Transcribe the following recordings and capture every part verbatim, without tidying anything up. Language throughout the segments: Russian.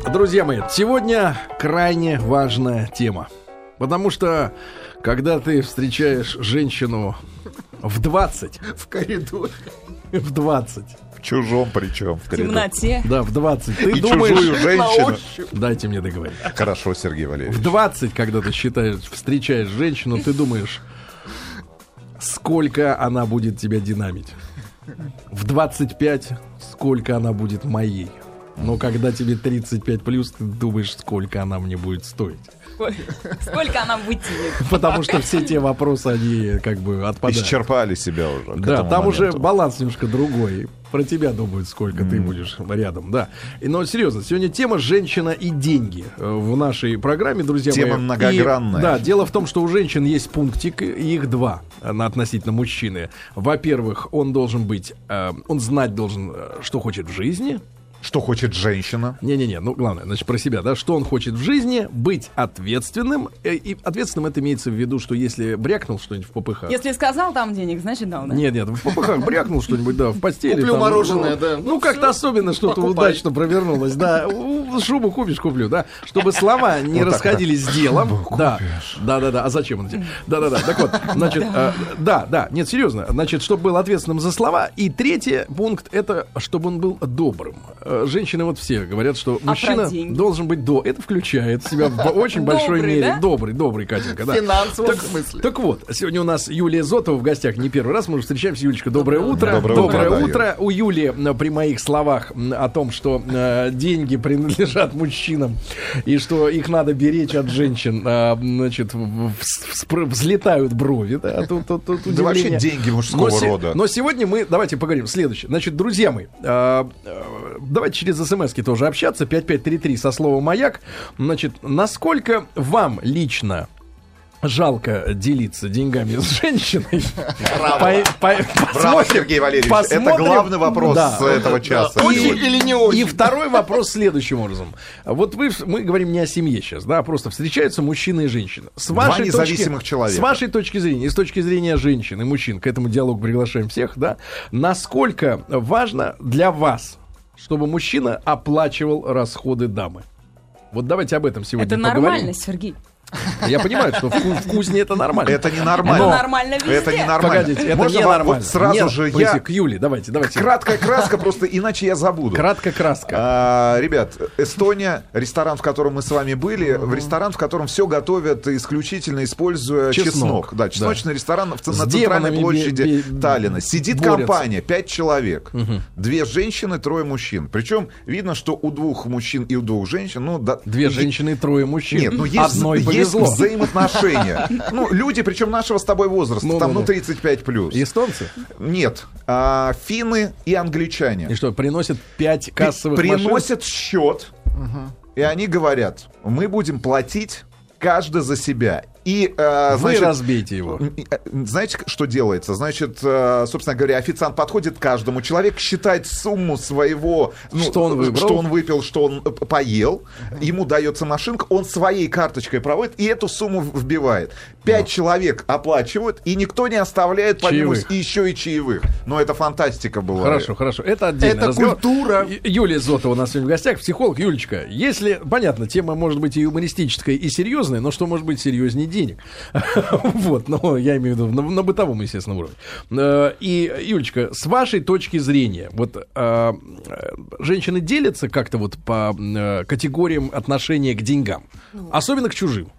Друзья мои, сегодня крайне важная тема. Потому что, когда ты встречаешь женщину в двадцать... В коридоре. В двадцать. В чужом причем. В темноте. Да, в двадцать. Ты и думаешь... чужую женщину. Дайте мне договорить. Хорошо, Сергей Валерьевич. В двадцать, когда ты считаешь, встречаешь женщину, ты думаешь, сколько она будет тебя динамить. В двадцать пять, сколько она будет моей. Но когда тебе тридцать пять плюс, ты думаешь, сколько она мне будет стоить. Сколько она вытянет. Потому что все те вопросы, они как бы отпадают. Исчерпали себя уже. Да, там моменту. Уже баланс немножко другой. Про тебя думают, сколько mm. ты будешь рядом, да. И, но серьезно, сегодня тема «Женщина и деньги» в нашей программе, друзья тема мои. Тема многогранная. И, да, дело в том, что у женщин есть пунктик, и их два относительно мужчины. Во-первых, он должен быть, э, он знать должен, что хочет в жизни. Что хочет женщина? Не-не-не, ну главное, значит, про себя, да, что он хочет в жизни, быть ответственным. И ответственным это имеется в виду, что если брякнул что-нибудь в попыхах. Если сказал там денег, значит дал, да? Нет-нет, в попыхах брякнул что-нибудь, да, в постели. Куплю там, мороженое, ну, да. Ну, как-то особенно что-то удачно провернулось, да. Шубу купишь, куплю, да. Чтобы слова не расходились с делом. Да, да-да-да, а зачем он тебе? Да-да-да, так вот, значит, да, да, нет, серьезно, значит, чтобы был ответственным за слова. И третий пункт, это чтобы он был добрым. Женщины вот все говорят, что мужчина а должен быть до. Это включает в себя в очень большой добрый, мере. Да? Добрый, добрый, Катенька, да. В финансовом так, смысле. Так вот, сегодня у нас Юлия Зотова в гостях не первый раз. Мы уже встречаемся. Юлечка, доброе утро. Доброе, доброе утро. утро. У Юли при моих словах о том, что э, деньги принадлежат мужчинам и что их надо беречь от женщин, э, значит, в, в, взлетают брови. Да, тут, тут, тут да вообще деньги мужского но, рода. Но сегодня мы, давайте поговорим следующее. Значит, друзья мои, э, э, давайте через смс-ки тоже общаться. пять пять три три со словом «Маяк». Значит, насколько вам лично жалко делиться деньгами с женщиной? Браво, Сергей Валерьевич. Это главный вопрос этого часа. Очень или не очень? И второй вопрос следующим образом. Вот вы, мы говорим не о семье сейчас, да, просто встречаются мужчина и женщина. С вашей независимых точки, человека. С вашей точки зрения, и с точки зрения женщин и мужчин, к этому диалогу приглашаем всех, да, насколько важно для вас, чтобы мужчина оплачивал расходы дамы? Вот давайте об этом сегодня это поговорим. Это нормально, Сергей. Я понимаю, что в, в кузне это нормально. Это не нормально. Это нормально везде. Это не нормально. Погодите, это Можно не вам нормально. вот сразу Нет, же я... я... К Юле, давайте, давайте. Краткая краска, просто иначе я забуду. Краткая краска. А, ребят, Эстония, ресторан, в котором мы с вами были, в ресторан, в котором все готовят исключительно используя чеснок. чеснок. Да, чесночный да. ресторан в, на центральной площади би- би- Таллина. Сидит борются. Компания, пять человек. Угу. Две женщины, трое мужчин. Причем видно, что у двух мужчин и у двух женщин... Ну, да, Две и... женщины и трое мужчин. Нет, ну есть, Одной есть повезло. взаимоотношения. Ну, люди, причем нашего с тобой возраста, ну, там, ну, ну, тридцать пять плюс. Эстонцы? Нет. А, финны и англичане. И что, приносят пять кассовых При, машин? Приносят счет, угу. и они говорят, мы будем платить каждый за себя. И, э, Вы значит, разбейте его. Знаете, что делается? Значит, э, собственно говоря, официант подходит к каждому. Человек считает сумму своего... Ну, что он выбрал? Что он выпил, что он поел. Uh-huh. Ему дается машинка, он своей карточкой проводит и эту сумму вбивает. Пять uh-huh. человек оплачивают, и никто не оставляет по нему еще и чаевых. Но это фантастика была. Хорошо, хорошо. Это отдельно. Это разговор. Культура. Юлия Зотова у нас сегодня в гостях, психолог. Юлечка, если... Понятно, тема может быть и юмористическая, и серьезная, но что может быть серьезнее денег? Вот, но я имею в виду на, на бытовом, естественно, уровне. И, Юлечка, с вашей точки зрения, вот э, женщины делятся как-то вот по э, категориям отношения к деньгам, ну, особенно к чужим.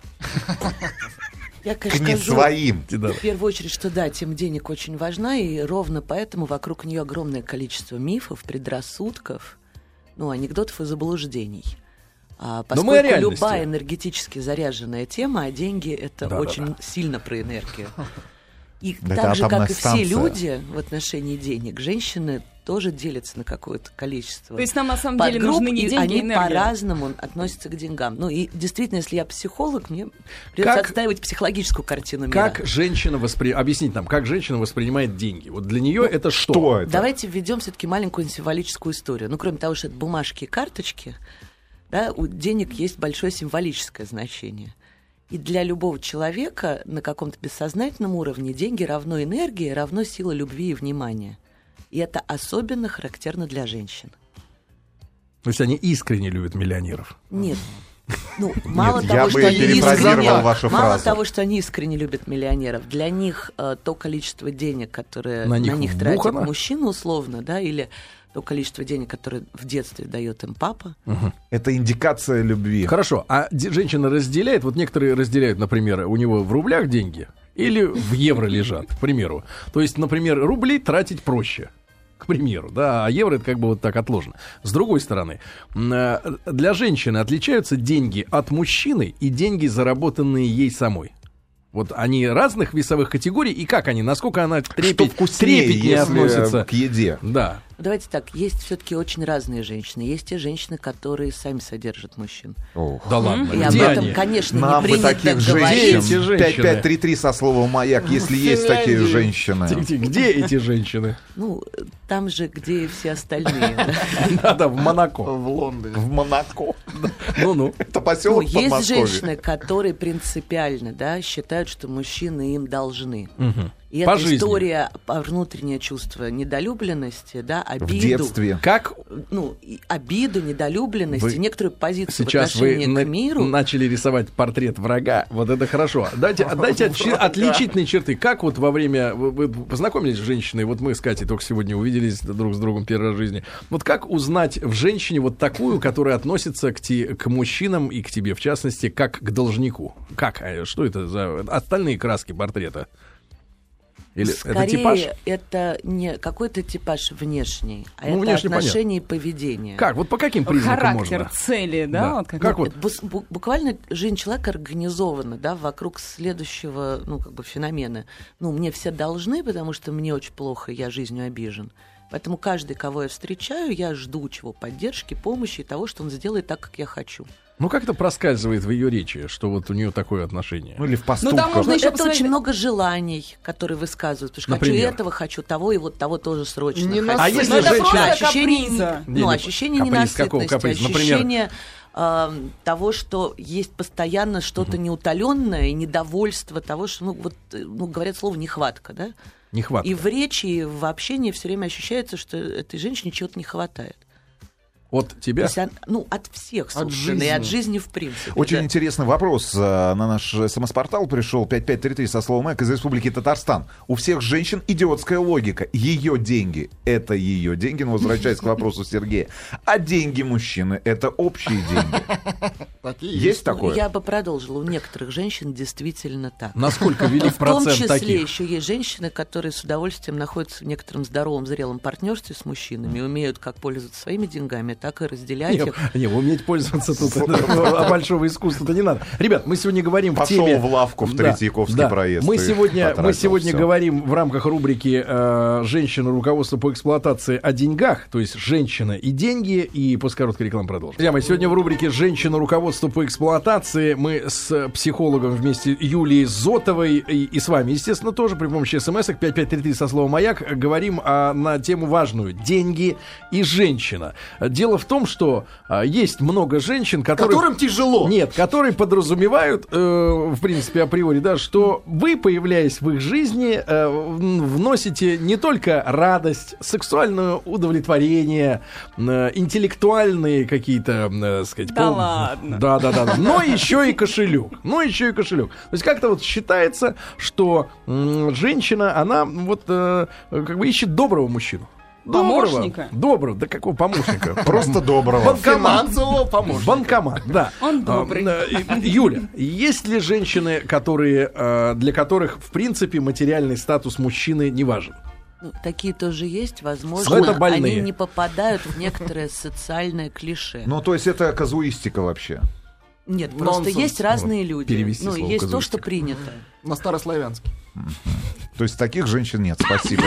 Я, конечно, к не скажу, своим. В первую очередь, что да, тема денег очень важна, и ровно поэтому вокруг нее огромное количество мифов, предрассудков, ну, анекдотов и заблуждений. А поскольку любая энергетически заряженная тема, а деньги — это да, очень да, да. сильно про энергию. И это так же, как и все люди в отношении денег, женщины тоже делятся на какое-то количество. То есть нам на самом деле нужны не деньги, а они энергия. По-разному относятся к деньгам. Ну и действительно, если я психолог, мне придется как, отстаивать психологическую картину мира. Как женщина воспринимает, объяснить нам, как женщина воспринимает деньги? Вот для нее ну, это что? что это? Давайте введем все-таки маленькую символическую историю. Ну, кроме того, что это бумажки и карточки, да, у денег есть большое символическое значение. И для любого человека на каком-то бессознательном уровне деньги равно энергии, равно сила любви и внимания. И это особенно характерно для женщин. То есть они искренне любят миллионеров? Нет. Ну, мало Нет, того, я что бы они искренне, вашу мало фразу. того, что они искренне любят миллионеров, для них э, то количество денег, которое на на них, них тратит вбухано? мужчина условно, да, или то количество денег, которое в детстве дает им папа. Угу. Это индикация любви. Хорошо, а д- женщина разделяет, вот некоторые разделяют, например, у него в рублях деньги или в евро лежат, к примеру. То есть, например, рубли тратить проще. К примеру, да, а евро это как бы вот так отложено. С другой стороны, для женщины отличаются деньги от мужчины и деньги, заработанные ей самой. Вот они разных весовых категорий, и как они, насколько она трепет, трепетнее относится к еде. Да. Давайте так, есть все-таки очень разные женщины. Есть те женщины, которые сами содержат мужчин. Ох. Да ладно, И где об этом, они? конечно, Нам не бы принято таких говорить. женщин. пять пять три три со словом «маяк», если есть такие женщины. Где, где эти женщины? Ну, там же, где и все остальные. Да-да, в Монако. В Лондоне. В Монако. Ну-ну. Это Ну, поселок есть Подмосковье. женщины, которые принципиально, да, считают, что мужчины им должны. Мгм. И По эта жизни. история, а, внутреннее чувство недолюбленности, да, В обиду. детстве. Как Ну, и обиду, недолюбленность, Вы и некоторую позицию в сейчас вы отношении на- к миру. начали рисовать портрет врага, вот это хорошо. Дайте, дайте отчи- отличительные черты. Как вот во время... Вы, вы познакомились с женщиной, вот мы с Катей только сегодня увиделись друг с другом первый раз в жизни. Вот как узнать в женщине вот такую, которая относится к, те, к мужчинам и к тебе, в частности, как к должнику? Как? А Что это за остальные краски портрета? Или Скорее, это типаж? это не какой-то типаж внешний, а Ну, это внешне отношение и поведение. Как? Вот по каким признакам Характер, можно? цели, да? Да. Вот как Как Нет, вот? это бус- бу- буквально жизнь человека организована, да, вокруг следующего, ну, как бы феномена. Ну, мне все должны, потому что мне очень плохо, я жизнью обижен. Поэтому каждый, кого я встречаю, я жду чего поддержки, помощи и того, что он сделает так, как я хочу. Ну, как это проскальзывает в ее речи, что вот у нее такое отношение? Ну или в Ну, там поступках. можно еще Это посмотреть- очень много желаний, которые высказывают. Потому что Например? хочу этого, хочу того, и вот того тоже срочно Не хочу. на- А если Ну, это женщина... просто ощущение, каприза. ну, Не, не, ощущение каприз, какого ненасытности, каприза? Например? ощущение э, того, что есть постоянно что-то неутоленное и недовольство того, что, ну, вот, э, ну, говорят слово нехватка, да? Нехватка. И в речи, и в общении все время ощущается, что этой женщине чего-то не хватает. От То тебя? есть, она- ну, от всех, собственно, жизни. и от жизни в принципе. Очень да. интересный вопрос. А, На наш СМС-портал пришел пять пять три три со словом «эк» из Республики Татарстан. У всех женщин идиотская логика. Ее деньги — это ее деньги. Но возвращаясь к вопросу Сергея. А деньги мужчины — это общие деньги. Такие Есть Ну, такое? я бы продолжила. У некоторых женщин действительно так. Насколько велик В том процент числе таких? еще есть женщины, которые с удовольствием находятся в некотором здоровом, зрелом партнерстве с мужчинами, и умеют как пользоваться своими деньгами, так и разделять Не, их. не, уметь пользоваться тут а большого искусства-то не надо. Ребят, мы сегодня говорим в Пошел теме... в лавку в Да, Третьяковский да. проезд Мы и сегодня, мы потратил сегодня всё. говорим в рамках рубрики э, «Женщина. Руководство по эксплуатации» о деньгах, то есть женщина и деньги, и после короткой рекламы продолжим. Друзья мои, сегодня в рубрике «Женщина. Руководство по эксплуатации» мы с психологом вместе Юлией Зотовой и, и с вами, естественно, тоже при помощи смс-ок пять пять три три со словом «Маяк» говорим о, на тему важную — деньги и женщина. Дело в том, что а, есть много женщин, которые... Которым тяжело. Нет, которые подразумевают, э, в принципе, априори, да, что вы, появляясь в их жизни, э, в- вносите не только радость, сексуальное удовлетворение, э, интеллектуальные какие-то, э, сказать, Да ладно. Да, да, да, да. Но еще и кошелек. Но еще и кошелек. То есть как-то вот считается, что м, женщина, она вот э, как бы ищет доброго мужчину. Доброго. Помощника? Доброго. Да какого помощника? Просто доброго. Финансового помощника. Банкомат, да. Он добрый. А, э, Юля, есть ли женщины, которые, э, для которых, в принципе, материальный статус мужчины не важен? Ну, такие тоже есть, Но возможно, это больные. они не попадают в некоторое социальное клише. Ну, то есть это казуистика вообще. Нет, просто Нонсенс. есть разные люди. перевести Ну, слово есть то, казуистика. что принято. На старославянский. То есть таких женщин нет. Спасибо.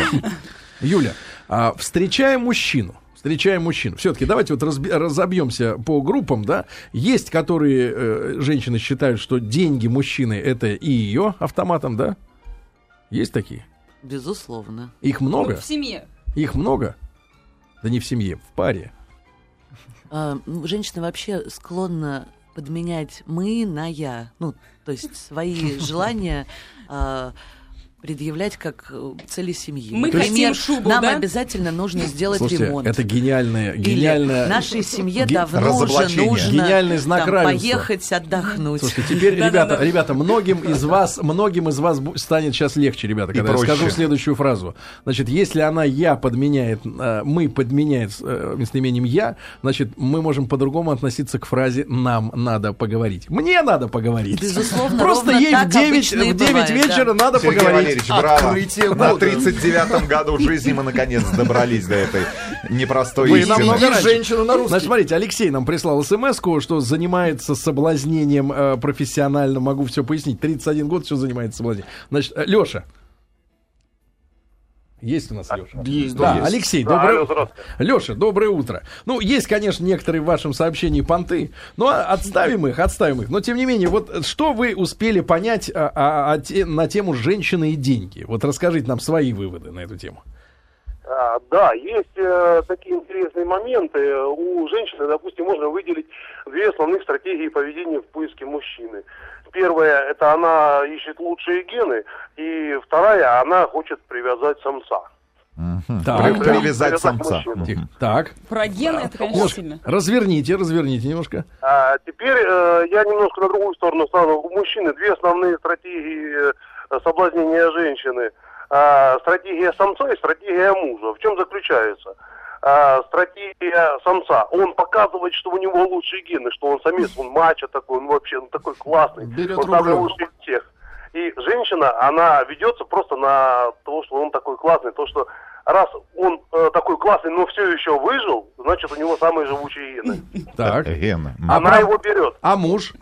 Юля, а, встречая мужчину, встречая мужчину, все-таки давайте вот разби- разобьемся по группам, да, есть, которые э, женщины считают, что деньги мужчины это и ее автоматом, да? Есть такие? Безусловно. Их много? Ну, в семье. Их много? Да не в семье, в паре. А, ну, женщина вообще склонна подменять «мы» на «я». Ну, то есть свои желания а, предъявлять как цели семьи. Мы хотим шубу, нам да? обязательно нужно сделать Слушайте, ремонт. это гениальное, гениальное... Или нашей семье Ге... давно уже нужно гениальный знак там, равенства. поехать отдохнуть. Слушайте, теперь, ребята, ребята, многим из вас, многим из вас станет сейчас легче, ребята, когда я скажу следующую фразу. Значит, если она «я» подменяет, «мы» подменяет местоимением «я», значит, мы можем по-другому относиться к фразе «нам надо поговорить». Мне надо поговорить. Безусловно, просто ей в девять вечера надо Сергей поговорить. Валерьевич, браво. На тридцать девятом году жизни мы наконец добрались до этой непростой Вы истины. намного раньше. Женщину на русский. Значит, смотрите, Алексей нам прислал смс-ку, что занимается соблазнением э, профессионально. Могу все пояснить. тридцать один год, все занимается соблазнением. Значит, э, Леша. Есть у нас Леша? Есть, да. есть. Алексей, Да, доброе... алло, Леша, доброе утро. Ну, есть, конечно, некоторые в вашем сообщении понты, но отставим их, отставим их. Но, тем не менее, вот что вы успели понять а, а, а, те, на тему женщины и деньги? Вот расскажите нам свои выводы на эту тему. А, да, есть э, такие интересные моменты. У женщины, допустим, можно выделить две основных стратегии поведения в поиске мужчины. Первая, это она ищет лучшие гены, и вторая, она хочет привязать самца. Угу. Так, При, привязать самца. Тихо. Так. Про гены это, конечно, сильно. Разверните, разверните немножко. А, теперь э, я немножко на другую сторону стану. У мужчины две основные стратегии э, соблазнения женщины. А, стратегия самца и стратегия мужа. В чем заключается? А, стратегия самца. Он показывает, что у него лучшие гены, что он самец, он мачо такой, он вообще он такой классный. Берет он самый рублем. лучший из всех. И женщина, она ведется просто на то, что он такой классный, то, что раз он э, такой классный, но все еще выжил, значит, у него самые живучие гены. Так. Гены. Она прав- его берет. А муж?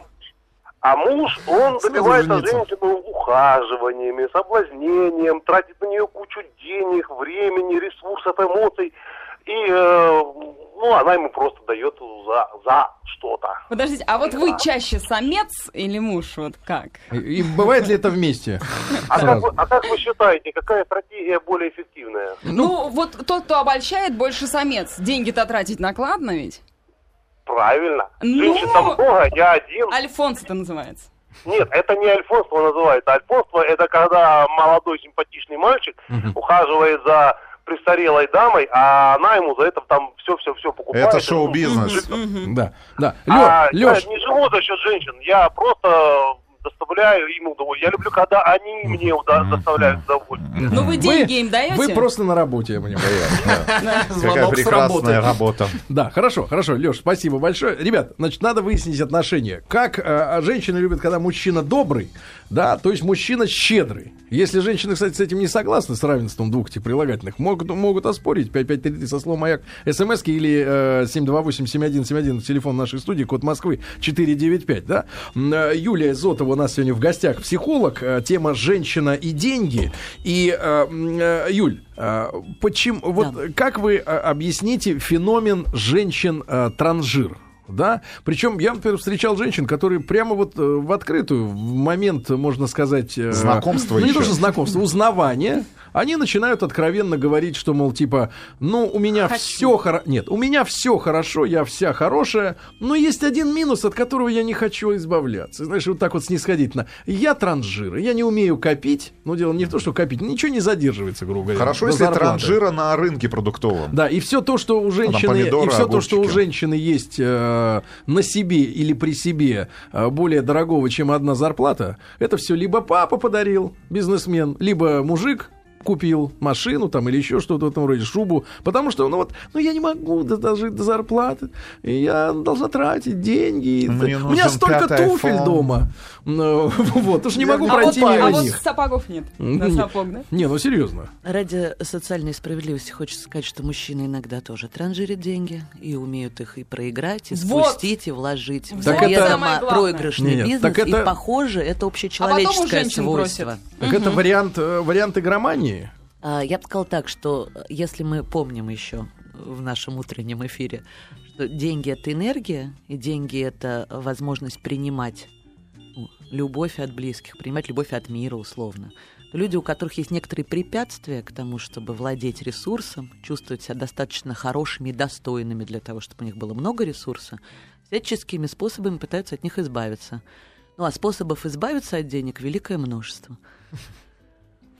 А муж, он Сразу добивается жениться. женщину ухаживаниями, соблазнением, тратит на нее кучу денег, времени, ресурсов, эмоций. И, э, ну, она ему просто дает за, за что-то. Подождите, а вот вы чаще самец или муж? Вот как? И, и бывает ли это вместе? А как, Сразу. вы, а как вы считаете, какая стратегия более эффективная? Ну, вот тот, кто обольщает, больше самец. Деньги-то тратить накладно ведь? Правильно. Ну! Женщин там много, я один. Альфонс это называется. Нет, это не альфонство называется. Альфонство — это когда молодой симпатичный мальчик ухаживает за престарелой дамой, а она ему за это там все-все-все покупает. Это шоу-бизнес. Да, да. А, Лё, Лёш, я не живу за счет женщин, я просто доставляю им удовольствие. Я люблю, когда они мне уда- доставляют удовольствие. Ну, вы деньги им даете? вы просто на работе, я понимаю. Какая Звонок с работы. прекрасная работа. Да, хорошо, хорошо, Леш, спасибо большое. Ребят, значит, надо выяснить отношения. Как э, женщины любят, когда мужчина добрый, да, то есть мужчина щедрый. Если женщины, кстати, с этим не согласны, с равенством двух этих прилагательных, могут, могут оспорить. пять пять три три со словом «Маяк», смски или э, семь два восемь семь один семь один, телефон нашей студии, код Москвы четыре девять пять, да. Э, Юлия Зотова у нас сегодня в гостях, психолог, э, тема «Женщина и деньги». И, э, э, Юль, э, почему, вот Да. как вы э, объясните феномен женщин-транжир? Да, причем я, например, встречал женщин, которые прямо вот э, в открытую, в момент, можно сказать... Э, Знакомства ну, не еще. то, что знакомство, узнавания, они начинают откровенно говорить, что, мол, типа, ну, у меня все хорошо... Нет, у меня все хорошо, я вся хорошая, но есть один минус, от которого я не хочу избавляться. Знаешь, вот так вот снисходительно. Я транжир, я не умею копить, но дело не в том, что копить, ничего не задерживается, грубо говоря. Хорошо, до если зарплаты. транжира на рынке продуктовом. Да, и все то, что у женщины, помидоры, и все то, что у огурчики. женщины есть э, на себе или при себе э, более дорогого, чем одна зарплата, это все либо папа подарил, бизнесмен, либо мужик купил машину там или еще что-то в этом роде, шубу, потому что, ну вот, ну я не могу дожить до зарплаты, и я должна тратить деньги. Мне У меня нужен столько пятый туфель iPhone. дома. Ну, вот, уж не могу А вот, пройти а мимо вот них. сапогов нет. Ну, На не- сапог, да? Не, ну серьезно. Ради социальной справедливости хочется сказать, что мужчины иногда тоже транжирят деньги и умеют их и проиграть, и Вот. спустить, и вложить. Вот Так это- Заведомо самое главное. проигрышный Нет, бизнес, так это- и, похоже, это А потом у общечеловеческое женщин свойство. просят. Так это вариант, э, вариант игромании? А, Я бы сказала так, что э, если мы помним еще в нашем утреннем эфире, что деньги — это энергия, и деньги — это возможность принимать ну, любовь от близких, принимать любовь от мира, условно. То люди, у которых есть некоторые препятствия к тому, чтобы владеть ресурсом, чувствовать себя достаточно хорошими и достойными для того, чтобы у них было много ресурса, всяческими способами пытаются от них избавиться. Ну а способов избавиться от денег великое множество.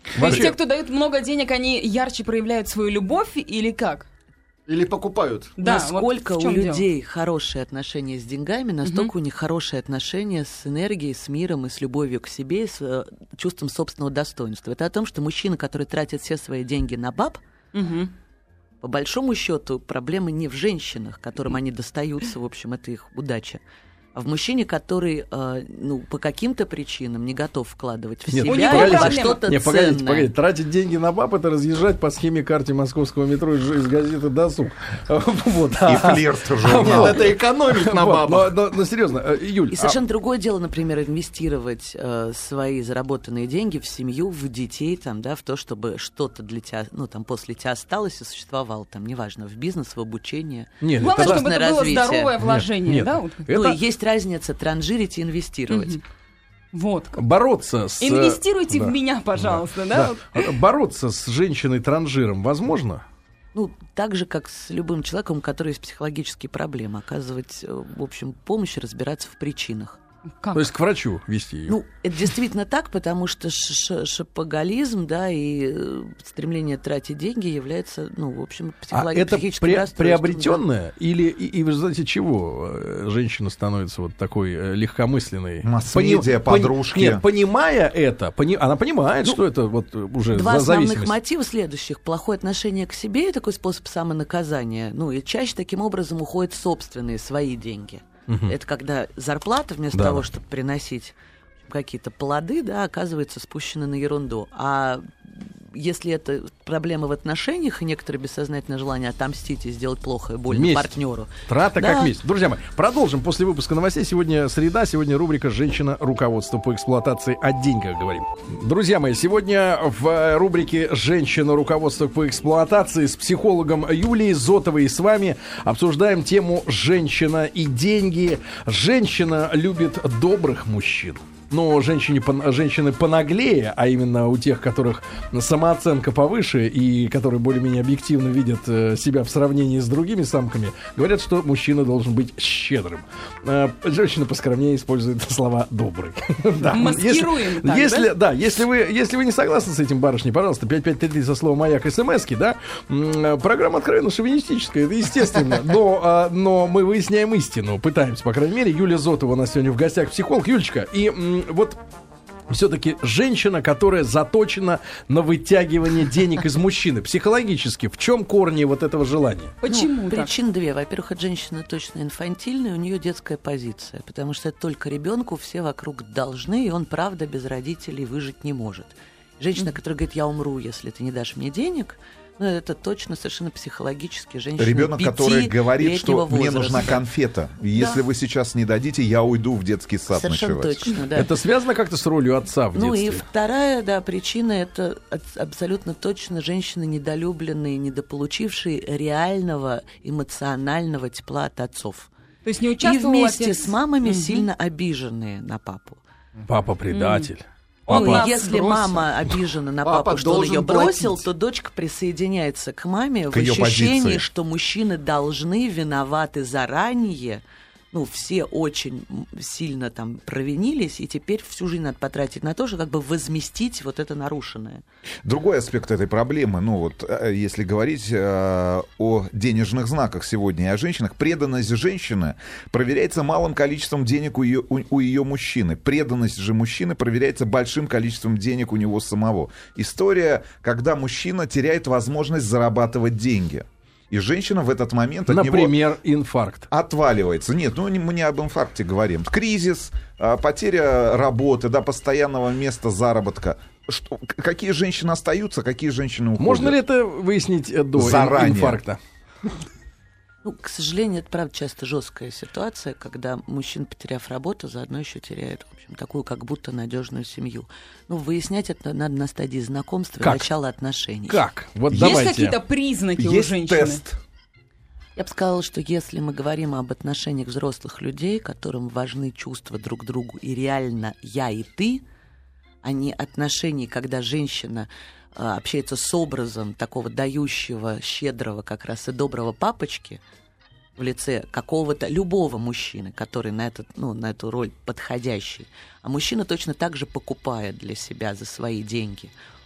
То есть те, кто дают много денег, они ярче проявляют свою любовь или как? Или покупают. Да, насколько вот у людей дело? Хорошие отношения с деньгами, настолько угу. у них хорошие отношения с энергией, с миром и с любовью к себе, с э, чувством собственного достоинства. Это о том, что мужчина, который тратит все свои деньги на баб, угу. по большому счету проблема не в женщинах, которым они достаются, в общем, это их удача, а в мужчине, который э, ну, по каким-то причинам не готов вкладывать в нет, себя или во что-то нет, ценное. Погодите, погодите. Тратить деньги на баб — это разъезжать по схеме карте московского метро из, из газеты «Досуг». Вот. И флирт журнал. Нет, это экономить на бабах. Но, но, но серьезно, Юль. И совершенно а... другое дело, например, инвестировать э, свои заработанные деньги в семью, в детей, там, да, в то, чтобы что-то для тебя, ну, там, после тебя осталось и существовало, там, неважно, в бизнес, в обучение. Нет, главное, чтобы это было здоровое вложение, нет, да? Нет. Ну, и есть разница транжирить и инвестировать. Угу. Вот. Бороться с... Инвестируйте да. в меня, пожалуйста, да? да? да. Бороться с женщиной-транжиром возможно? Ну, так же, как с любым человеком, у которого есть психологические проблемы. Оказывать, в общем, помощь, разбираться в причинах. Как? То есть к врачу вести ее? Ну, это действительно так, потому что ш- шопоголизм, да, и стремление тратить деньги является, ну, в общем, психологическим расстройством. А это пре- приобретенное? Да? Или, и, и вы знаете, чего женщина становится вот такой легкомысленной? Масс-медиа, Пони- подружки. Нет, понимая это, пони- она понимает, ну, что это вот уже два за зависимость. Два основных мотива следующих. Плохое отношение к себе и такой способ самонаказания. Ну, и чаще таким образом уходят собственные, свои деньги. Угу. Это когда зарплата вместо да. того, чтобы приносить какие-то плоды, да, оказывается спущена на ерунду. А если это проблема в отношениях и некоторое бессознательное желание отомстить и сделать плохо и больно месть. партнеру. Трата да. как месть. Друзья мои, продолжим после выпуска новостей. Сегодня среда, сегодня рубрика «Женщина. Руководство по эксплуатации». О деньгах говорим. Друзья мои, сегодня в рубрике «Женщина. Руководство по эксплуатации» с психологом Юлией Зотовой и с вами обсуждаем тему «Женщина и деньги». Женщина любит добрых мужчин. Но женщине, женщины понаглее, а именно у тех, которых самооценка повыше и которые более-менее объективно видят себя в сравнении с другими самками, говорят, что мужчина должен быть щедрым. Женщина поскромнее использует слова «добрый». Маскируем так, если, да? Да, если вы, если вы не согласны с этим, барышни, пожалуйста, пять пять три три со словом «Маяк» смс-ки, да? Программа откровенно шовинистическая, это естественно, но, но мы выясняем истину, пытаемся, по крайней мере. Юлия Зотова у нас сегодня в гостях, психолог. Юлечка, и вот все-таки женщина, которая заточена на вытягивание денег из мужчины. Психологически, в чем корни вот этого желания? Почему? Ну, причин две. Во-первых, эта женщина точно инфантильная, у нее детская позиция, потому что это только ребенку, все вокруг должны, и он, правда, без родителей выжить не может. Женщина, mm-hmm. которая говорит, я умру, если ты не дашь мне денег, ну, это точно совершенно психологически женщина. Ребенок, который говорит, что возраста. Мне нужна конфета. Если да. вы сейчас не дадите, я уйду в детский сад совершенно ночевать. Точно, да. Это связано как-то с ролью отца в ну, детстве? Ну и вторая, да, причина — это абсолютно точно женщины, недолюбленные, недополучившие реального эмоционального тепла от отцов. То есть не участвовал И вместе отец... с мамами угу. сильно обиженные на папу. Папа предатель. Mm. Ну, Папа если бросил. Мама обижена на папу, Папа что он ее платить. бросил, то дочка присоединяется к маме к в ощущении, позиции. Что мужчины должны, виноваты заранее. Ну, все очень сильно там провинились, и теперь всю жизнь надо потратить на то, чтобы как бы возместить вот это нарушенное. Другой аспект этой проблемы, ну вот, если говорить э, о денежных знаках сегодня и о женщинах, преданность женщины проверяется малым количеством денег у ее, у, у ее мужчины. Преданность же мужчины проверяется большим количеством денег у него самого. История, когда мужчина теряет возможность зарабатывать деньги. И женщина в этот момент от Например, него инфаркт. Отваливается. Нет, ну мы не об инфаркте говорим. Кризис, потеря работы, да, постоянного места заработка. Что, какие женщины остаются, какие женщины уходят? Можно ли это выяснить до Заранее. инфаркта? Ну, к сожалению, это, правда, часто жесткая ситуация, когда мужчина, потеряв работу, заодно еще теряет, в общем, такую как будто надежную семью. Ну, выяснять это надо на стадии знакомства как? и начала отношений. Как? Вот Есть давайте. какие-то признаки Есть у женщины? тест. Я бы сказала, что если мы говорим об отношениях взрослых людей, которым важны чувства друг к другу и реально я и ты, а не отношения, когда женщина общается с образом такого дающего, щедрого как раз и доброго папочки в лице какого-то, любого мужчины, который на, этот, ну, на эту роль подходящий. А мужчина точно так же покупает для себя за свои деньги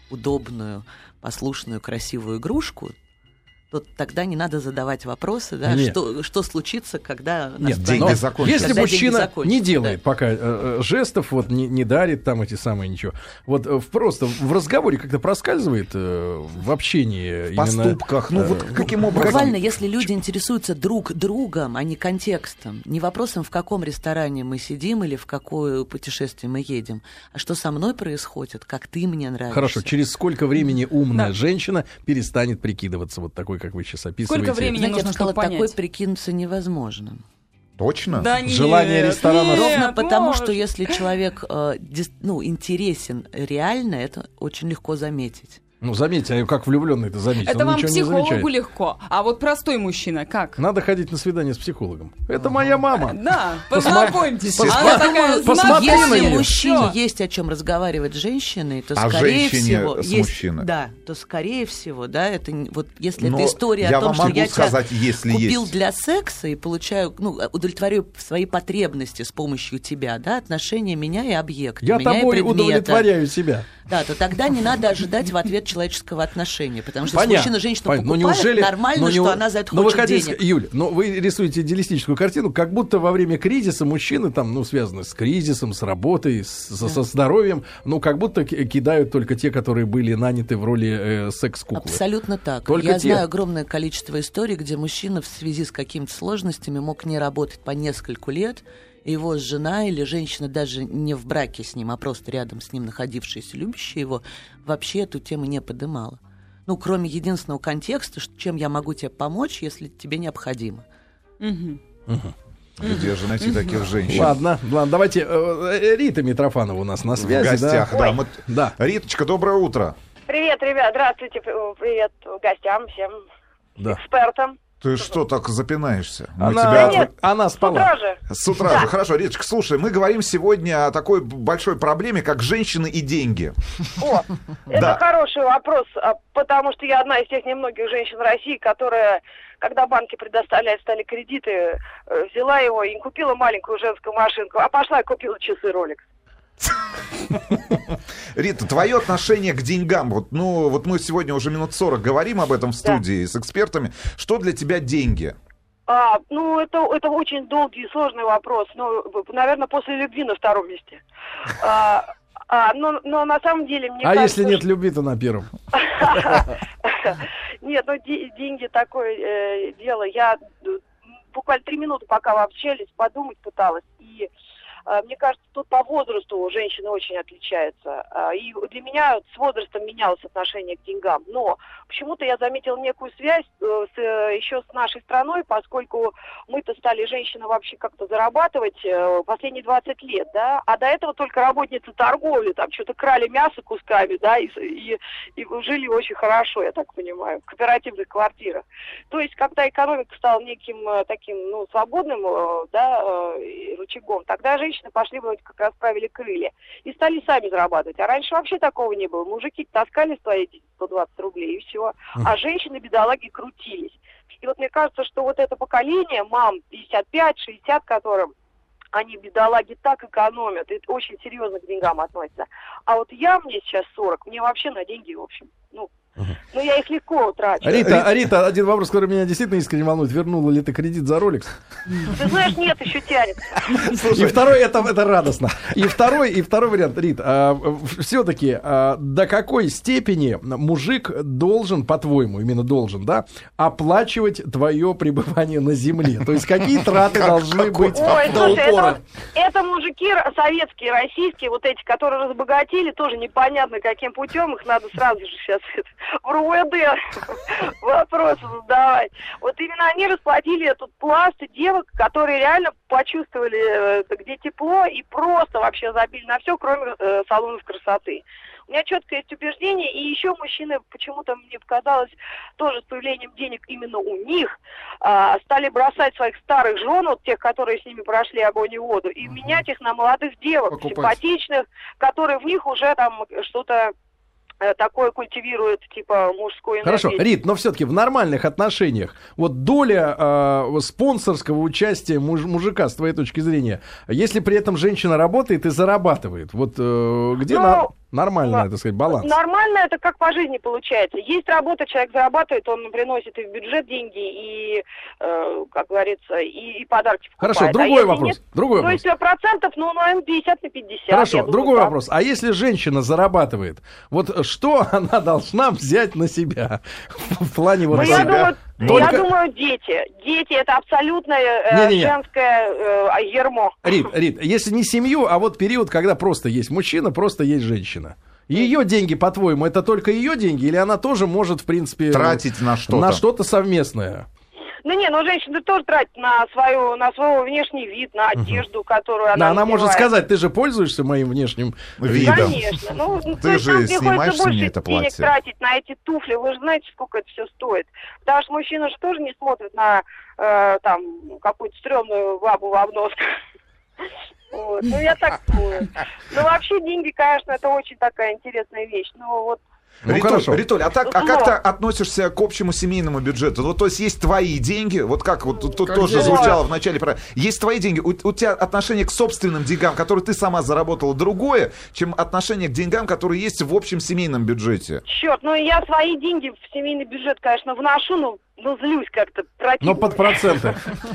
удобную, послушную, красивую игрушку, то тогда не надо задавать вопросы, да, что, что случится, когда... Нет, деньги закончатся. Если мужчина не делает да. пока э, жестов, вот не, не дарит там эти самые ничего, вот э, просто в разговоре как-то проскальзывает э, в общении... В поступках, именно, ну вот каким образом? Буквально, если люди интересуются друг другом, а не контекстом, не вопросом, в каком ресторане мы сидим или в какое путешествие мы едем, а что со мной происходит, как ты мне нравишься. Хорошо, через сколько времени умная да. женщина перестанет прикидываться вот такой, как вы сейчас описываете? Сколько времени Знаете, нужно, я сказала, чтобы понять? Такой прикинуться невозможно. Точно? Да нет, желание ресторана. Нет, Ровно потому, может. что если человек э, дис, ну, интересен реально, это очень легко заметить. Ну, заметьте, а как влюбленный это заметить? Это Он вам ничего не психологу замечает. легко. А вот простой мужчина как? Надо ходить на свидание с психологом. Это моя мама. Да, Посма- познакомьтесь. посма- Она такая посмотри знакомая. на Если неё. мужчине Всё. есть о чем разговаривать с женщиной, то А скорее женщине всего с есть, мужчиной. да, то скорее всего, да, это не- вот если Но это история я о том, вам что могу я сказать, тебя если купил есть. для секса и получаю, ну, удовлетворю свои потребности с помощью тебя, да, отношения меня и объекта, Я меня тобой и предмета. удовлетворяю себя. Да, то тогда не надо ожидать в ответ человеческого отношения, потому что Понятно, если мужчина женщину понятно. покупает, Но неужели, нормально, но что не, она за это но хочет вы хотите, денег. Юль, но вы рисуете идеалистическую картину, как будто во время кризиса мужчины там, ну, связаны с кризисом, с работой, с, со, со здоровьем, ну, как будто ки- кидают только те, которые были наняты в роли э, секс-куклы. Абсолютно так. Только Я те. знаю огромное количество историй, где мужчина в связи с какими-то сложностями мог не работать по нескольку лет, и его жена или женщина, даже не в браке с ним, а просто рядом с ним находившаяся, любящая его, вообще эту тему не подымала. Ну, кроме единственного контекста, что- чем я могу тебе помочь, если тебе необходимо. Мгм. Где же найти таких женщин? Ладно, ладно, давайте. э, Рита Митрофанова у нас на В связи. гостях, да. да. Мы... Да. Риточка, доброе утро. Привет, ребят, здравствуйте, привет гостям, всем Да. экспертам. Ты что так запинаешься? Мы Она, тебя... Нет. она С утра спала. же. С утра Да. же. Хорошо, Риточка, слушай, мы говорим сегодня о такой большой проблеме, как женщины и деньги. О, это Да. хороший вопрос, а, потому что я одна из тех немногих женщин России, которая, когда банки предоставляют стали кредиты, э, взяла его и купила маленькую женскую машинку, а пошла и купила часы Rolex. Рита, твое отношение к деньгам, вот, ну, вот мы сегодня уже минут сорок говорим об этом в студии с экспертами. Что для тебя деньги? А, ну, это, это очень долгий и сложный вопрос. Ну, наверное, после любви на втором месте. А, а, но, но на самом деле, мне А кажется, если нет что- любви, то на первом. Нет, ну де- деньги такое э, дело. Я э, буквально три минуты, пока вы общались, подумать пыталась. И э, мне кажется, тут по возрасту женщины очень отличаются. А, и для меня с возрастом менялось отношение к деньгам. Но почему-то я заметила некую связь э, с, э, еще с нашей страной, поскольку мы-то стали, женщины, вообще как-то зарабатывать э, последние двадцать лет, да, а до этого только работницы торговли, там что-то крали мясо кусками, да, и, и, и жили очень хорошо, я так понимаю, в кооперативных квартирах. То есть, когда экономика стала неким э, таким, ну, свободным, э, да, э, рычагом, тогда женщины пошли, вроде как расправили крылья и стали сами зарабатывать. А раньше вообще такого не было. Мужики таскали свои сто двадцать рублей и все, а женщины, бедолаги, крутились. И вот мне кажется, что вот это поколение мам пятьдесят пять шестьдесят, которым они, бедолаги, так экономят, и очень серьезно к деньгам относятся. А вот я, мне сейчас сорок, мне вообще на деньги, в общем, ну, ну я их легко трачу. Рита, Рита, один вопрос, который меня действительно искренне волнует. Вернула ли ты кредит за Rolex? Ты знаешь, нет, еще тянет. И второй, это, это радостно. И второй, и второй вариант, Рит, а, все-таки а, до какой степени мужик должен, по-твоему, именно должен, да, оплачивать твое пребывание на земле? То есть какие траты должны быть Ой, до слушай, это, упора? вот- это мужики р- советские, российские, вот эти, которые разбогатели, тоже непонятно каким путем, их надо сразу же сейчас в РУВД вопросы задавать. Вот именно они расплатили этот пласт девок, которые реально почувствовали, э, где тепло, и просто вообще забили на все, кроме э, салонов красоты. У меня четкое есть убеждение, и еще мужчины, почему-то мне показалось, тоже с появлением денег именно у них, а, стали бросать своих старых жен, вот тех, которые с ними прошли огонь и воду, и менять их на молодых девок, Покупать. симпатичных, которые в них уже там что-то э, такое культивируют, типа мужской энергии. Хорошо, Рит, но все-таки в нормальных отношениях вот доля э, спонсорского участия муж- мужика, с твоей точки зрения, если при этом женщина работает и зарабатывает, вот э, где Ну, на, Нормальная, да. так сказать, баланс. Нормально, это как по жизни получается. Есть работа, человек зарабатывает, он приносит и в бюджет деньги, и, э, как говорится, и, и подарки покупает. Хорошо, другой а вопрос. Нет, другой то есть процентов, ну, наверное, пятьдесят на пятьдесят. Хорошо, думаю, другой так. вопрос. А если женщина зарабатывает, вот что она должна взять на себя в плане вот ну, себя? Я думаю, Только... я думаю, дети. Дети — это абсолютное э, женское э, ермо. Рит, Рит, если не семью, а вот период, когда просто есть мужчина, просто есть женщина. Ее деньги, по-твоему, это только ее деньги, или она тоже может, в принципе, тратить на что-то, на что-то совместное? Ну не, ну женщина тоже тратит на свою, на свой внешний вид, на одежду, которую она. Да, она надевает. может сказать: ты же пользуешься моим внешним видом. Конечно. Ну, ты же снимаешь с меня это платье. Денег тратить на эти туфли, вы же знаете, сколько это все стоит. Потому что мужчина же тоже не смотрит на э, там какую-то стрёмную бабу в обносках. Вот. Ну, я так думаю. Ну, вообще, деньги, конечно, это очень такая интересная вещь. Ну, вот. Ну, Ритуль, хорошо. Ритуль, а, так, а как ты относишься к общему семейному бюджету? Ну, то есть есть твои деньги, вот как вот тут как тоже звучало в начале, есть твои деньги, у, у тебя отношение к собственным деньгам, которые ты сама заработала, другое, чем отношение к деньгам, которые есть в общем семейном бюджете. Черт, ну я свои деньги в семейный бюджет, конечно, вношу, но ну, злюсь как-то. Противно. Но под проценты.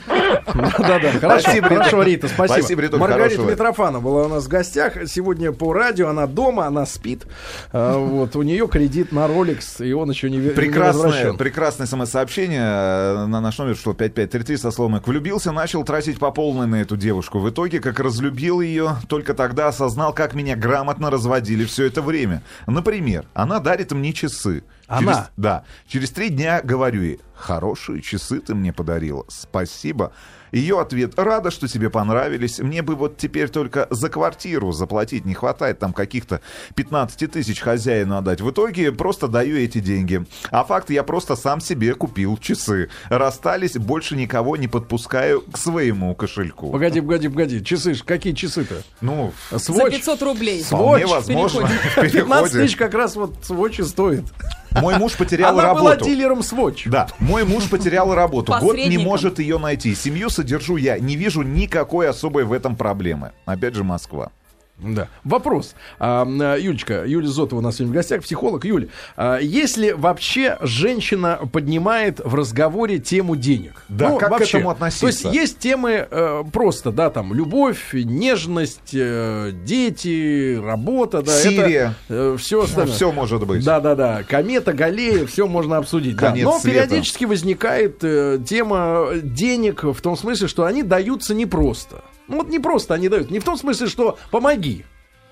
Да-да, хорошо, хорошо, Рита, спасибо. Маргарита Митрофанова была у нас в гостях. Сегодня по радио, она дома, она спит. Вот, у нее кредит на Rolex, и он еще не возвращен. Прекрасное самосообщение на наш номер, что пять пять три три со словом «влюбился», начал тратить по полной на эту девушку. В итоге, как разлюбил ее, только тогда осознал, как меня грамотно разводили все это время. Например, она дарит мне часы. Она? Через, да. Через три дня говорю ей: хорошие часы ты мне подарила, спасибо. Ее ответ: рада, что тебе понравились. Мне бы вот теперь только за квартиру заплатить не хватает, там каких-то пятнадцать тысяч хозяину отдать. В итоге просто даю эти деньги. А факт, я просто сам себе купил часы. Расстались, больше никого не подпускаю к своему кошельку. Погоди, погоди, погоди. Часы, какие часы-то? Ну, за пятьсот рублей. Вполне возможно. пятнадцать тысяч как раз вот Swatch и стоит. Мой муж потерял Она работу. Она была дилером Swatch. Да, мой муж потерял работу. Год не может ее найти. Семью содержу я. Не вижу никакой особой в этом проблемы. Опять же, Москва. Да. Вопрос. А, Юлечка, Юлия Зотова у нас сегодня в гостях, психолог. Юль, а если вообще женщина поднимает в разговоре тему денег? Да, ну, как вообще, к этому относиться? То есть есть темы э, просто, да, там, любовь, нежность, э, дети, работа, да. Сирия. Это, э, все остальное. Все может быть. Да-да-да. Комета, Галлея, все можно обсудить. Да. Но света. Периодически возникает э, тема денег в том смысле, что они даются непросто. Ну вот не просто они дают. Не в том смысле, что помоги.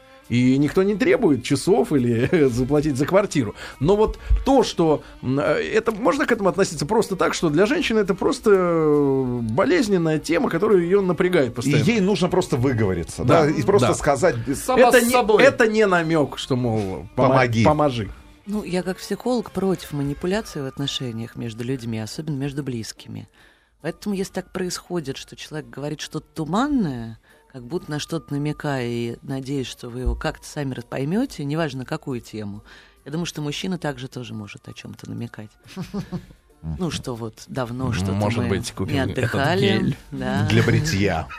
И никто не требует часов или заплатить за квартиру. Но вот то, что... Это можно к этому относиться просто так, что для женщины это просто болезненная тема, которая ее напрягает постоянно. И ей нужно просто выговориться. Да, да? И просто да. сказать... Это не, это не намек, что, мол, помоги. Поможи. Ну, я как психолог против манипуляций в отношениях между людьми, особенно между близкими. Поэтому, если так происходит, что человек говорит что-то туманное, как будто на что-то намекая, и надеюсь, что вы его как-то сами поймете, неважно, какую тему, я думаю, что мужчина также тоже может о чем-то намекать. Ну, что вот давно что-то может мы быть, не отдыхали. Да. Для бритья.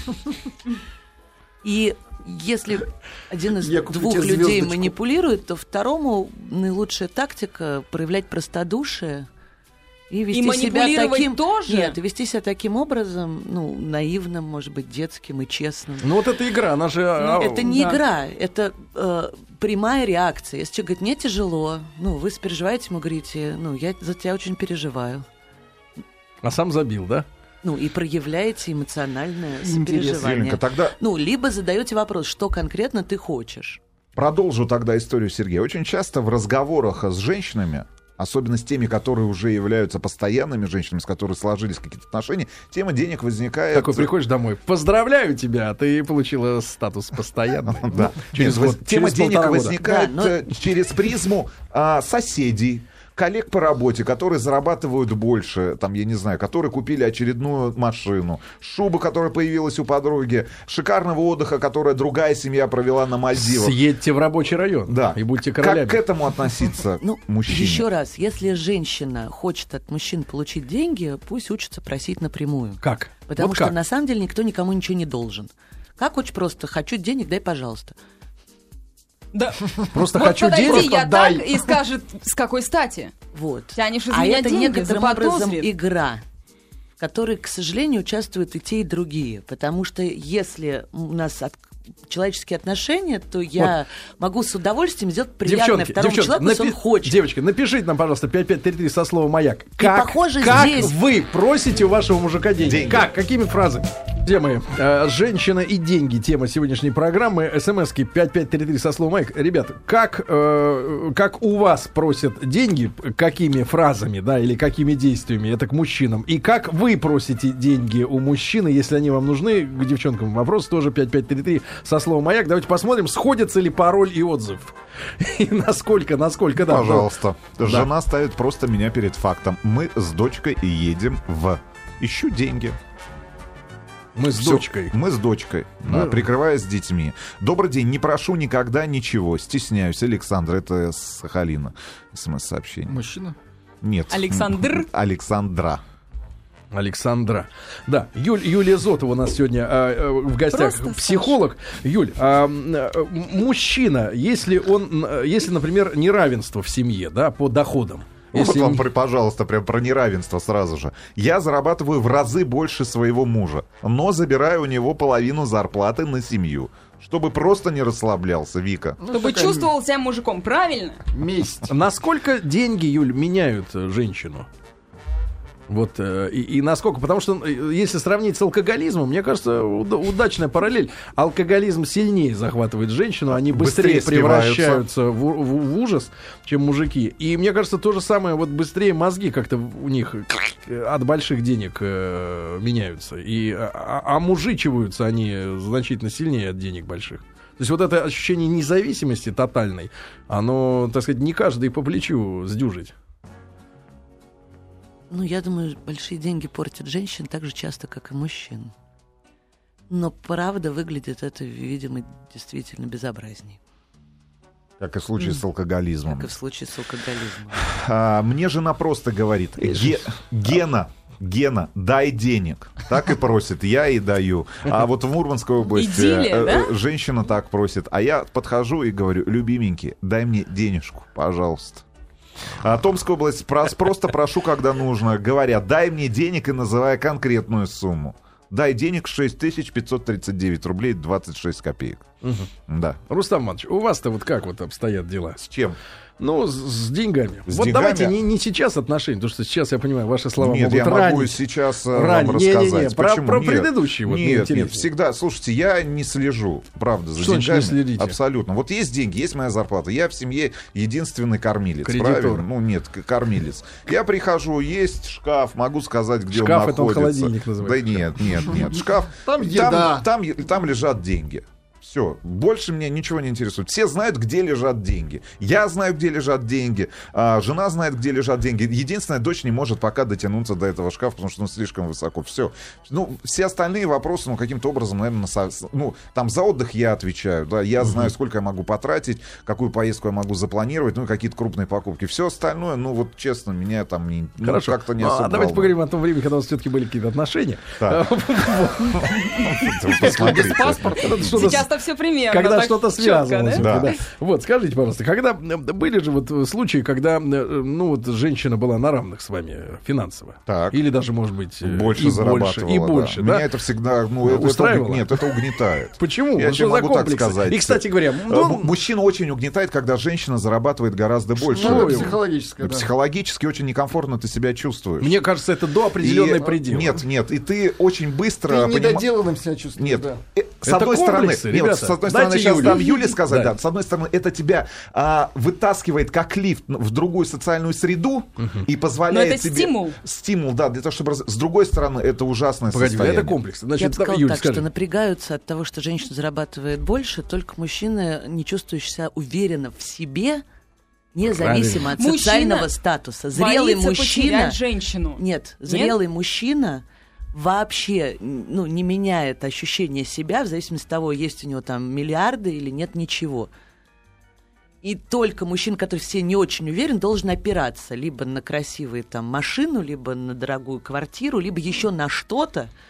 И если один из двух людей манипулирует, то второму наилучшая тактика — проявлять простодушие, И вести и себя таким, тоже? Нет, вести себя таким образом, ну, наивным, может быть, детским и честным. Ну, вот это игра, она же... Ну, это не да. игра, это э, прямая реакция. Если человек говорит: мне тяжело, ну, вы сопереживаете, ему говорите: ну, я за тебя очень переживаю. А сам забил, да? Ну, и проявляете эмоциональное сопереживание. Тогда... Ну, либо задаете вопрос, что конкретно ты хочешь. Продолжу тогда историю Сергея. Очень часто в разговорах с женщинами, особенно с теми, которые уже являются постоянными женщинами, с которыми сложились какие-то отношения, тема денег возникает... Такой приходишь домой: поздравляю тебя, ты получила статус постоянный. Да. Тема денег возникает через призму соседей, коллег по работе, которые зарабатывают больше, там, я не знаю, которые купили очередную машину, шубу, которая появилась у подруги, шикарного отдыха, которая другая семья провела на Мальдивах. Съедьте в рабочий район, да, и будьте королями. Как к этому относиться ну, мужчине? Еще раз, если женщина хочет от мужчин получить деньги, пусть учится просить напрямую. Как? Потому вот что как? на самом деле никто никому ничего не должен. Как очень просто: хочу денег, дай, пожалуйста. Да. Просто вот хочу подойди, денег, я дай. так и скажет, с какой стати. Вот. Тянешь из а меня это деньги, некоторым образом заподозрит. игра, в которой, к сожалению, участвуют и те, и другие. Потому что если у нас от... человеческие отношения, то я вот. могу с удовольствием сделать приятное девчонки, второму девчонки, человеку, напи- если он хочет. Девочки, напишите нам, пожалуйста, пять пять три три со словом «Маяк». Как, похоже, как здесь... вы просите у вашего мужика деньги? деньги? Как? Какими фразами? Темы э, «Женщина и деньги» — тема сегодняшней программы. СМСки пять пять три три со словом «Маяк». Ребята, как, э, как у вас просят деньги, какими фразами, да, или какими действиями, это к мужчинам, и как вы просите деньги у мужчины, если они вам нужны, к девчонкам вопрос тоже пять пять три три со словом «Маяк». Давайте посмотрим, сходятся ли пароль и отзыв. И насколько, насколько, да. Пожалуйста. Да. Жена ставит просто меня перед фактом. Мы с дочкой едем в... Ищу деньги. Мы с Всё, дочкой. Мы с дочкой, Мы... да, прикрываясь детьми. Добрый день, не прошу никогда ничего. Стесняюсь. Александр, это с Сахалина. СМС-сообщение. Мужчина? Нет. Александр? Александра. Александра. Да, Юль, Юлия Зотова у нас сегодня э, в гостях. Просто психолог. Саша. Юль, а, э, мужчина, если он, если, например, неравенство в семье, да, по доходам. Если... Вот вам, пожалуйста, прям про неравенство сразу же. Я зарабатываю в разы больше своего мужа, но забираю у него половину зарплаты на семью. Чтобы просто не расслаблялся, Вика. Ну, чтобы такая... чувствовал себя мужиком, правильно? Месть. Насколько деньги, Юль, меняют женщину? Вот, и, и насколько, потому что если сравнить с алкоголизмом, мне кажется, уда- удачная параллель. Алкоголизм сильнее захватывает женщину, они быстрее, быстрее превращаются в, в, в ужас, чем мужики. И мне кажется, то же самое, вот быстрее мозги как-то у них от больших денег э, меняются. И, а, а мужичиваются они значительно сильнее от денег больших. То есть вот это ощущение независимости тотальной, оно, так сказать, не каждый по плечу сдюжить. Ну, я думаю, большие деньги портят женщин так же часто, как и мужчин. Но правда выглядит это, видимо, действительно безобразней. Как и в случае с алкоголизмом. Как и в случае с алкоголизмом. А, мне жена просто говорит: Ге- Гена, Гена, дай денег. Так и просит, я и даю. А вот в Мурманской области Идиллия, э, да? э, женщина так просит. А я подхожу и говорю: любименький, дай мне денежку, пожалуйста. А Томская область, прос, просто прошу, когда нужно. Говорят, дай мне денег, и называя конкретную сумму. Дай денег шесть тысяч пятьсот тридцать девять рублей двадцать шесть копеек. Угу. Да. Рустам Иванович, у вас-то вот как вот обстоят дела? С чем? Ну, с, с деньгами. С вот деньгами? давайте не, не сейчас отношения, потому что сейчас, я понимаю, ваши слова нет, могут я ранить. могу сейчас э, ранить. вам не, рассказать. Не, не, про, про нет, предыдущий. Вот, нет, нет, всегда. Слушайте, я не слежу, правда, за что деньгами. Не следите? Абсолютно. Вот есть деньги, есть моя зарплата. Я в семье единственный кормилец. Кредитор. Правильно? Ну, нет, кормилец. Я прихожу, есть шкаф, могу сказать, где шкаф он находится. Шкаф — это он холодильник называется. Да нет, нет, нет. Шкаф. Там еда. Там, там, там лежат деньги. Все, больше меня ничего не интересует. Все знают, где лежат деньги. Я знаю, где лежат деньги. А, жена знает, где лежат деньги. Единственная, дочь не может пока дотянуться до этого шкафа, потому что он слишком высоко. Все. Ну, все остальные вопросы, ну, каким-то образом, наверное, со... ну, там за отдых я отвечаю. Да, я знаю, uh-huh. сколько я могу потратить, какую поездку я могу запланировать, ну, какие-то крупные покупки. Все остальное, ну, вот честно, меня там не, ну, как-то не особо. А давайте поговорим о том времени, когда у вас все-таки были какие-то отношения. Посмотрите. Сейчас-то все примерно. Когда что-то связано. Четко, да? Да. Вот, скажите, пожалуйста, когда были же вот случаи, когда, ну, вот женщина была на равных с вами финансово? Так. Или даже, может быть, больше и зарабатывала, больше, и больше, да. да? Меня это всегда, ну, устраивало? Это, нет, это угнетает. Почему? Я что могу за комплексы? так сказать. И, кстати говоря, ну, мужчина очень угнетает, когда женщина зарабатывает гораздо больше. Ну, психологически, да. Психологически очень некомфортно ты себя чувствуешь. Мне кажется, это до определенной предела. Нет, нет, и ты очень быстро... Ты недоделанным себя чувствуешь. Нет, да. С одной стороны, нет, с одной стороны, сейчас дам Юле сказать, да. Да, с одной стороны, это тебя а, вытаскивает как лифт в другую социальную среду угу. и позволяет Но это тебе... стимул. Стимул, да, для того, чтобы... С другой стороны, это ужасное Погоди, состояние. Это комплекс. Значит, я бы сказала Юль, так, скажи. что напрягаются от того, что женщина зарабатывает больше, только мужчины, не чувствующие себя уверенно в себе, независимо Правильно. От социального мужчина статуса. Зрелый мужчина... женщину. Нет, зрелый Нет? мужчина... вообще, ну, не меняет ощущение себя в зависимости от того, есть у него там миллиарды или нет ничего. И только мужчина, который все не очень уверен, должен опираться либо на красивую там машину, либо на дорогую квартиру, либо еще на что-то.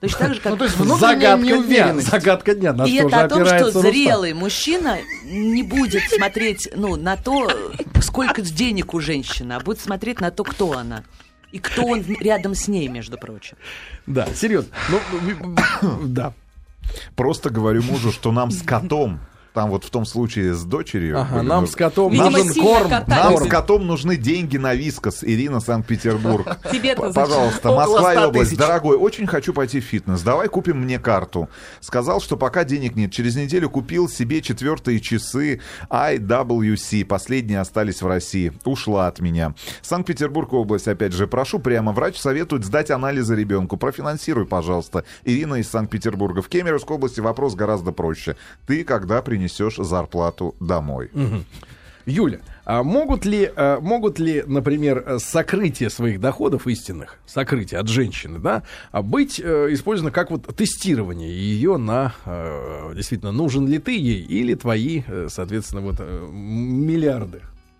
Точно так же, как... Ну, то есть загадка дня, загадка дня. На и что это же о том, что Рустам? зрелый мужчина не будет смотреть, ну, на то, сколько денег у женщины, а будет смотреть на то, кто она. И кто он рядом с ней, между прочим. Да, серьезно. Ну, да. Просто говорю мужу, что нам с котом, там вот в том случае с дочерью. Ага, нам с котом Видимо, нужен сильно корм. Нам корм. с котом нужны деньги на вискас. Ирина, Санкт-Петербург. Тебе-то зачем? Пожалуйста, Около Москва и ста область. тысяч. Дорогой, очень хочу пойти в фитнес. Давай купим мне карту. Сказал, что пока денег нет. Через неделю купил себе четвертые часы ай дабл ю си. Последние остались в России. Ушла от меня. Санкт-Петербург область, опять же, прошу прямо. Врач советует сдать анализы ребенку. Профинансируй, пожалуйста. Ирина из Санкт-Петербурга. В Кемеровской области вопрос гораздо проще. Ты когда принесешь зарплату домой? Угу. Юля, а могут ли, а, могут ли, например, сокрытие своих доходов истинных, сокрытие от женщины, да, а быть э, использовано как вот тестирование ее на, э, действительно, нужен ли ты ей или твои, э, соответственно, вот э, миллиарды?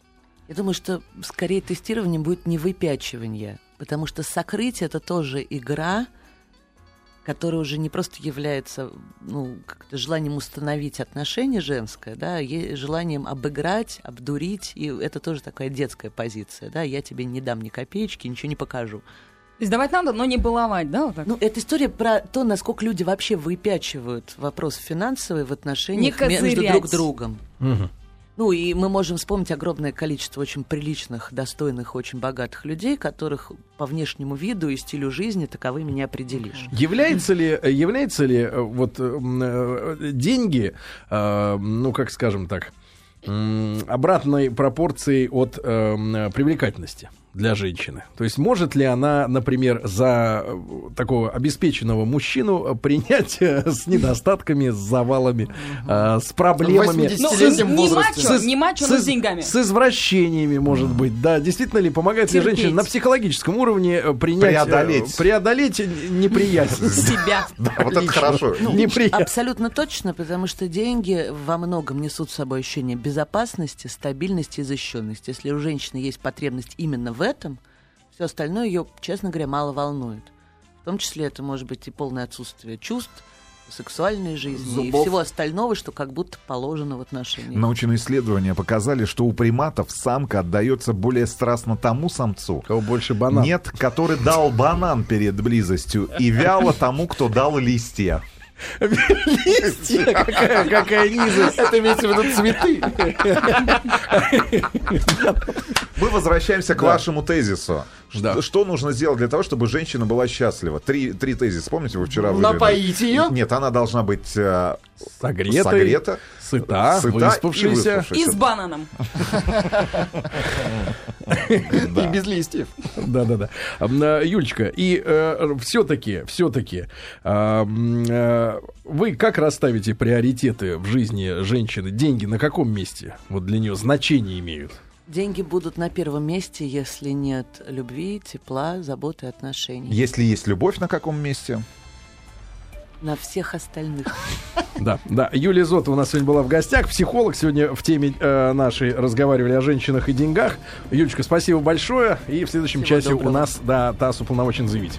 Я думаю, что скорее тестирование будет не выпячивание, потому что сокрытие — это тоже игра, которая уже не просто является, ну, как-то желанием установить отношение женское, да, а желанием обыграть, обдурить, и это тоже такая детская позиция, да, я тебе не дам ни копеечки, ничего не покажу. То есть давать надо, но не баловать, да? Вот так? Ну, это история про то, насколько люди вообще выпячивают вопрос финансовый в отношениях Не между козырять. друг другом. Угу. Ну, и мы можем вспомнить огромное количество очень приличных, достойных, очень богатых людей, которых по внешнему виду и стилю жизни таковыми не определишь. Является ли, является ли э, вот э, деньги, э, ну, как скажем так, э, обратной пропорцией от э, привлекательности для женщины? То есть может ли она, например, за такого обеспеченного мужчину принять э, с недостатками, с завалами, э, с проблемами, В Ну, восьмидесятилетнем не возрасте. мачо, не мачо, но с деньгами. с извращениями, может быть, да? Действительно ли помогает ли Терпеть. женщине на психологическом уровне э, принять, э, Преодолеть. преодолеть неприязнь? Себя. Да, вот это хорошо. Ну, Неприятно. абсолютно точно, потому что деньги во многом несут с собой ощущение безопасности, стабильности и защищенности. Если у женщины есть потребность именно в этом, все остальное ее, честно говоря, мало волнует. В том числе это может быть и полное отсутствие чувств, сексуальной жизни Зубов. и всего остального, что как будто положено в отношениях. Научные исследования показали, что у приматов самка отдается более страстно тому самцу, У кого больше банан. нет, который дал банан перед близостью, и вяло тому, кто дал листья. Листья, какая, какая низость. Это имеется в виду цветы. Мы возвращаемся к Да. вашему тезису. Да. Что, что нужно сделать для того, чтобы женщина была счастлива? Три, три тезиса, помните, вы вчера выдвинули? Напоить ее? Нет, она должна быть э, Согретой, согрета, сыта, сыта и выспавшаяся. выспавшаяся. И с бананом. И без листьев. Да-да-да. Ам, а, Юлечка, и э, все-таки, все-таки, ам, э, вы как расставите приоритеты в жизни женщины? Деньги на каком месте вот для нее значение имеют? Деньги будут на первом месте, если нет любви, тепла, заботы, отношений. Если есть любовь, на каком месте? На всех остальных. Да, да. Юлия Зотова у нас сегодня была в гостях. Психолог. Сегодня в теме э, нашей разговаривали о женщинах и деньгах. Юлечка, спасибо большое. И в следующем Всего часе доброго. у нас, да, ТАСС уполномочен заявить.